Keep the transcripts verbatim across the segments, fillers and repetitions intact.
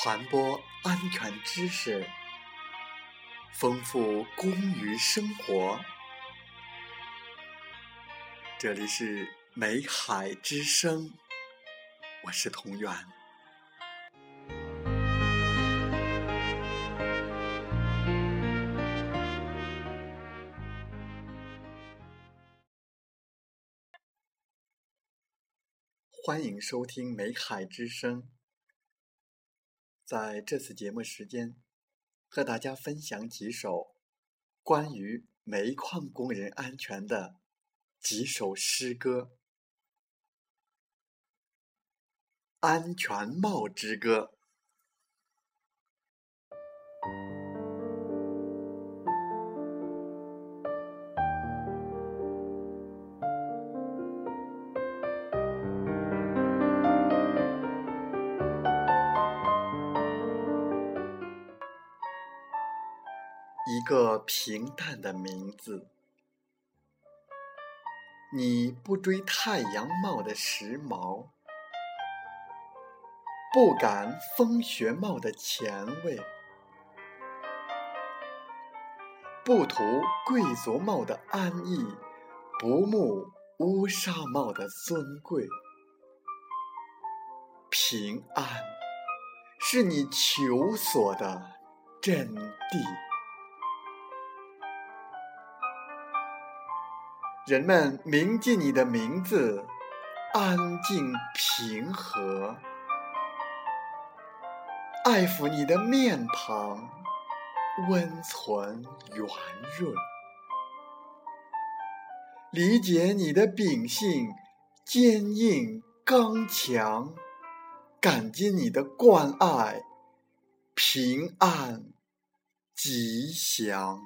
传播安全知识，丰富公余生活。这里是美海之声，我是童源。欢迎收听美海之声。在这次节目时间，和大家分享几首关于煤矿工人安全的几首诗歌。安全帽之歌。一个平淡的名字，你不追太阳帽的时髦，不赶风雪帽的前卫，不图贵族帽的安逸，不慕乌纱帽的尊贵。平安是你求索的真谛。人们铭记你的名字，安静平和，爱抚你的面庞，温存圆润，理解你的秉性，坚硬刚强，感激你的关爱，平安吉祥。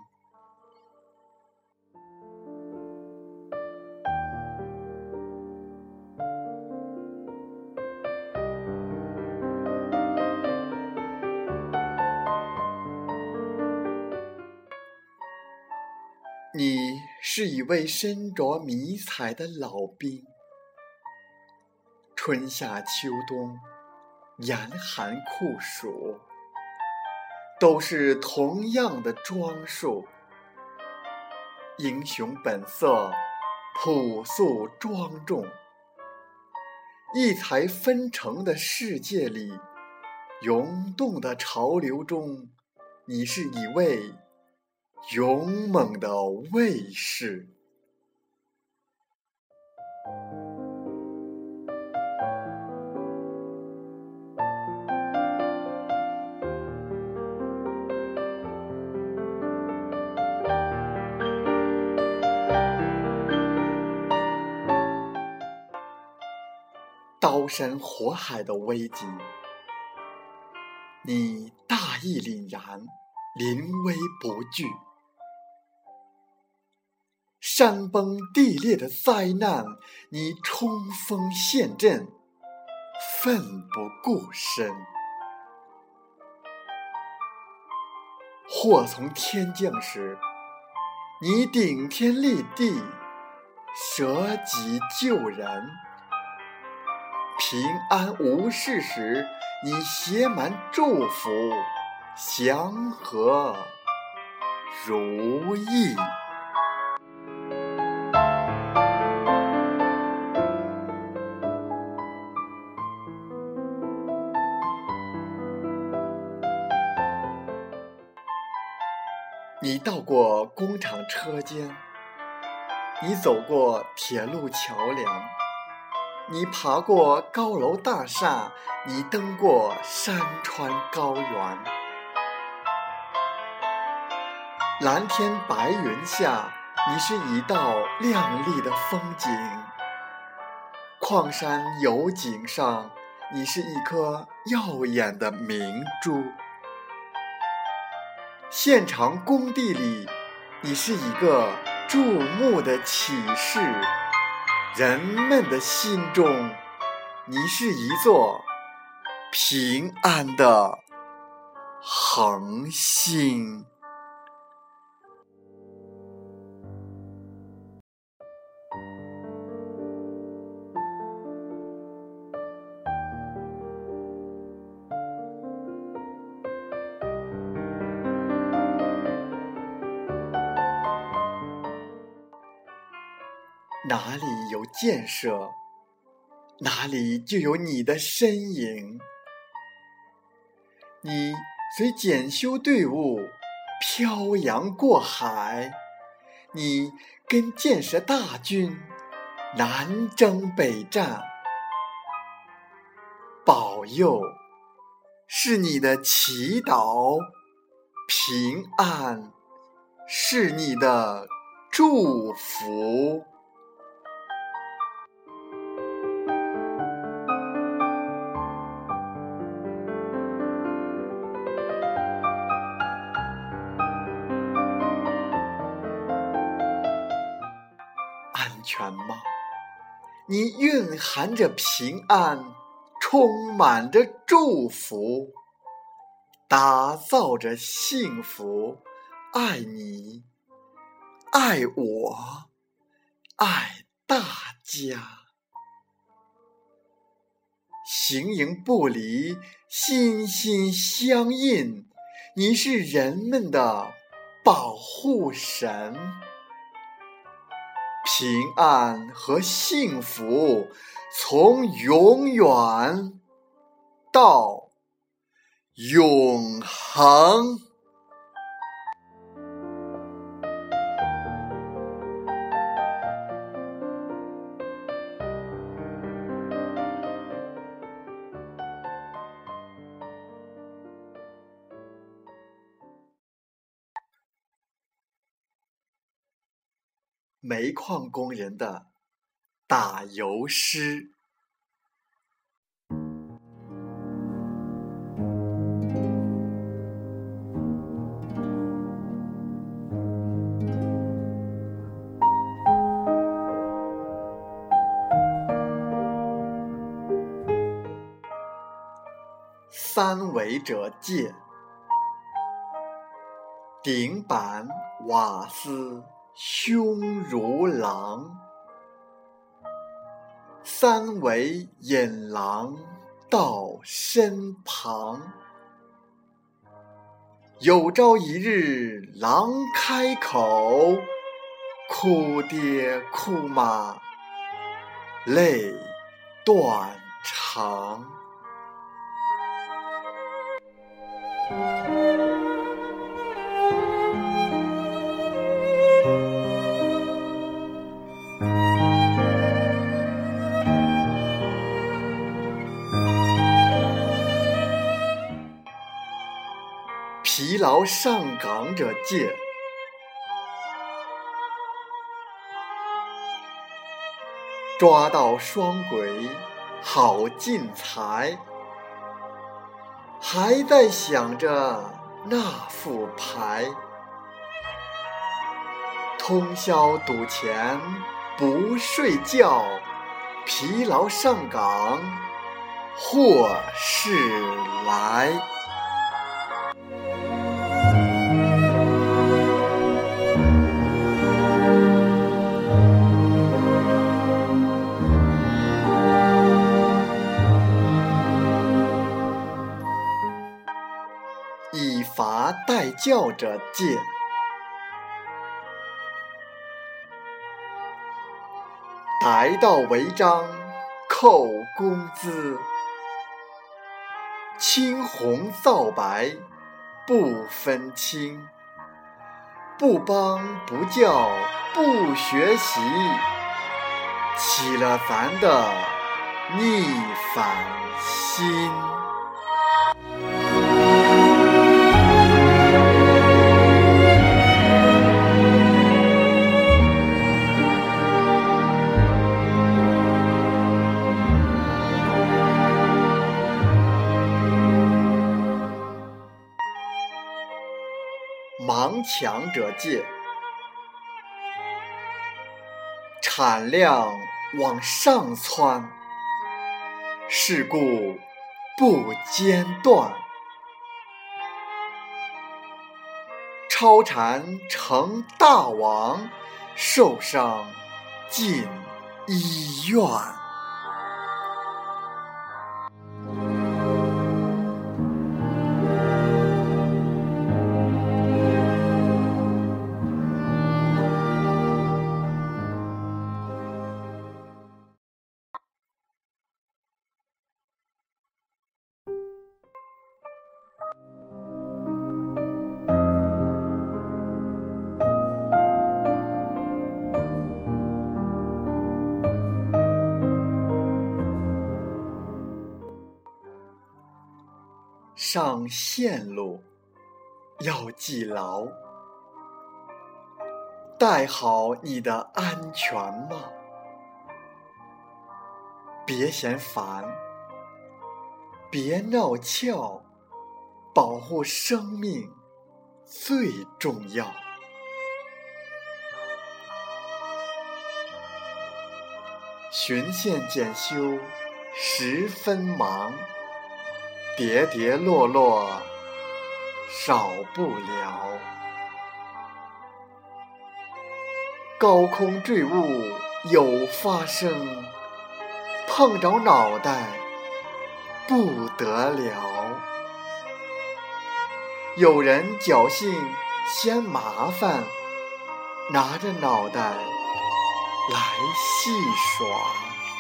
你是一位身着迷彩的老兵，春夏秋冬，严寒酷暑，都是同样的装束。英雄本色，朴素庄重。异彩纷呈的世界里，涌动的潮流中，你是一位勇猛的卫士。刀山火海的危机，你大义凛然，临危不惧。山崩地裂的灾难，你冲锋陷阵，奋不顾身。祸从天降时，你顶天立地，舍己救人。平安无事时，你写满祝福，祥和如意。你到过工厂车间，你走过铁路桥梁，你爬过高楼大厦，你登过山川高原。蓝天白云下，你是一道亮丽的风景；矿山油井上，你是一颗耀眼的明珠；现场工地里，你是一个注目的启示；人们的心中，你是一座平安的恒星。 哪里有建设，哪里就有你的身影。你随检修队伍漂洋过海，你跟建设大军南征北战。保佑是你的祈祷，平安是你的祝福。安全帽，你蕴含着平安，充满着祝福，打造着幸福。爱你，爱我，爱大家。形影不离，心心相印，你是人们的保护神。平安和幸福从永远到永恒。煤矿工人的打油诗。三围者戒，顶板瓦斯凶如狼，三围引狼到身旁。有朝一日狼开口，哭爹哭妈泪断肠。疲劳上岗者戒，抓到双轨好进财，还在想着那副牌。通宵赌钱不睡觉，疲劳上岗祸事来。以罚代教者戒，逮到违章扣工资，青红皂白不分清，不帮不教不学习，起了咱的逆反心。盲抢者戒，产量往上窜，事故不间断，超产成大王，受伤进医院。 上线路，要记牢，戴好你的安全帽，别嫌烦，别闹翘，保护生命最重要。循线检修十分忙，跌跌落落少不了。高空坠物有发生，碰着脑袋不得了。有人侥幸嫌麻烦，拿着脑袋来戏耍。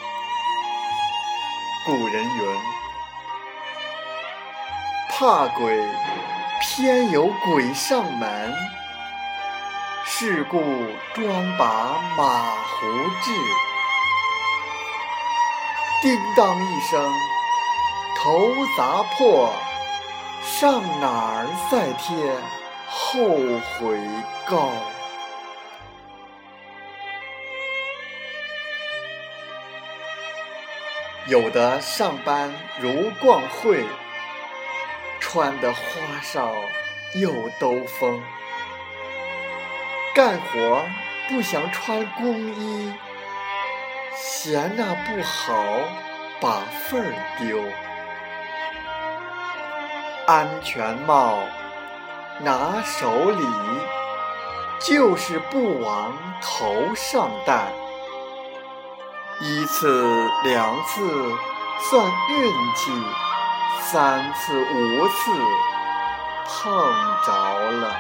古人云：怕鬼偏有鬼上门，是故专把马胡治。叮当一声，头砸破，上哪儿再贴后悔膏？有的上班如逛会，穿得花哨又兜风，干活不想穿工衣，嫌那不好把份儿丢。安全帽拿手里，就是不往头上戴。一次两次算运气，三次五次碰着了，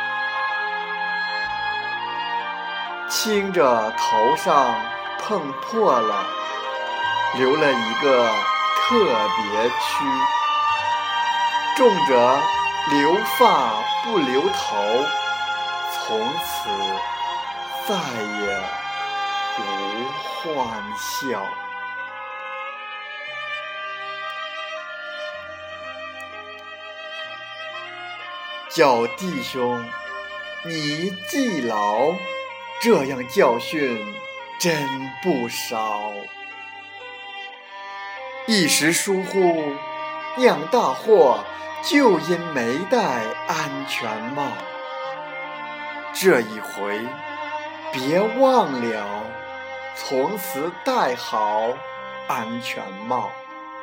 轻着头上碰破了，留了一个特别区。重者留发不留头，从此再也无欢笑。叫弟兄你记牢，这样教训真不少。一时疏忽酿大祸，就因没戴安全帽。这一回别忘了，从此戴好安全帽。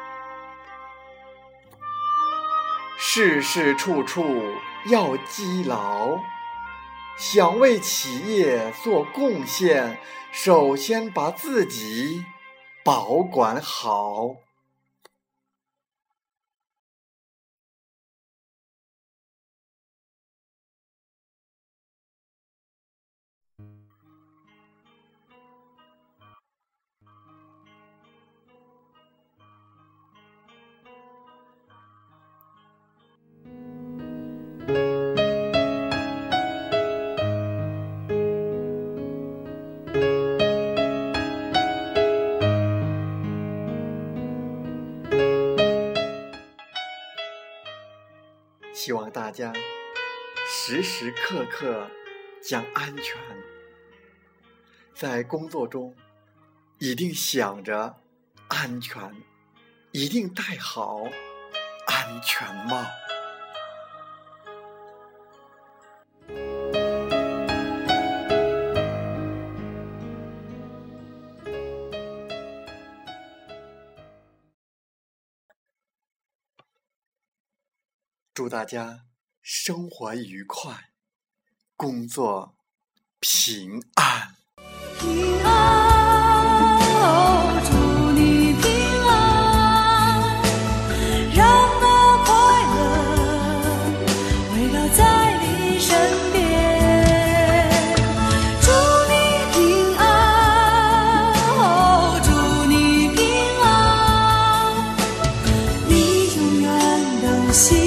事事处处要记牢，想为企业做贡献，首先把自己保管好。希望大家时时刻刻讲安全，在工作中一定想着安全，一定戴好安全帽。祝大家生活愉快，工作平安。 平安，哦，祝你平安，让那快乐围绕在你身边。祝你平安，哦，祝你平安，你永远都幸福。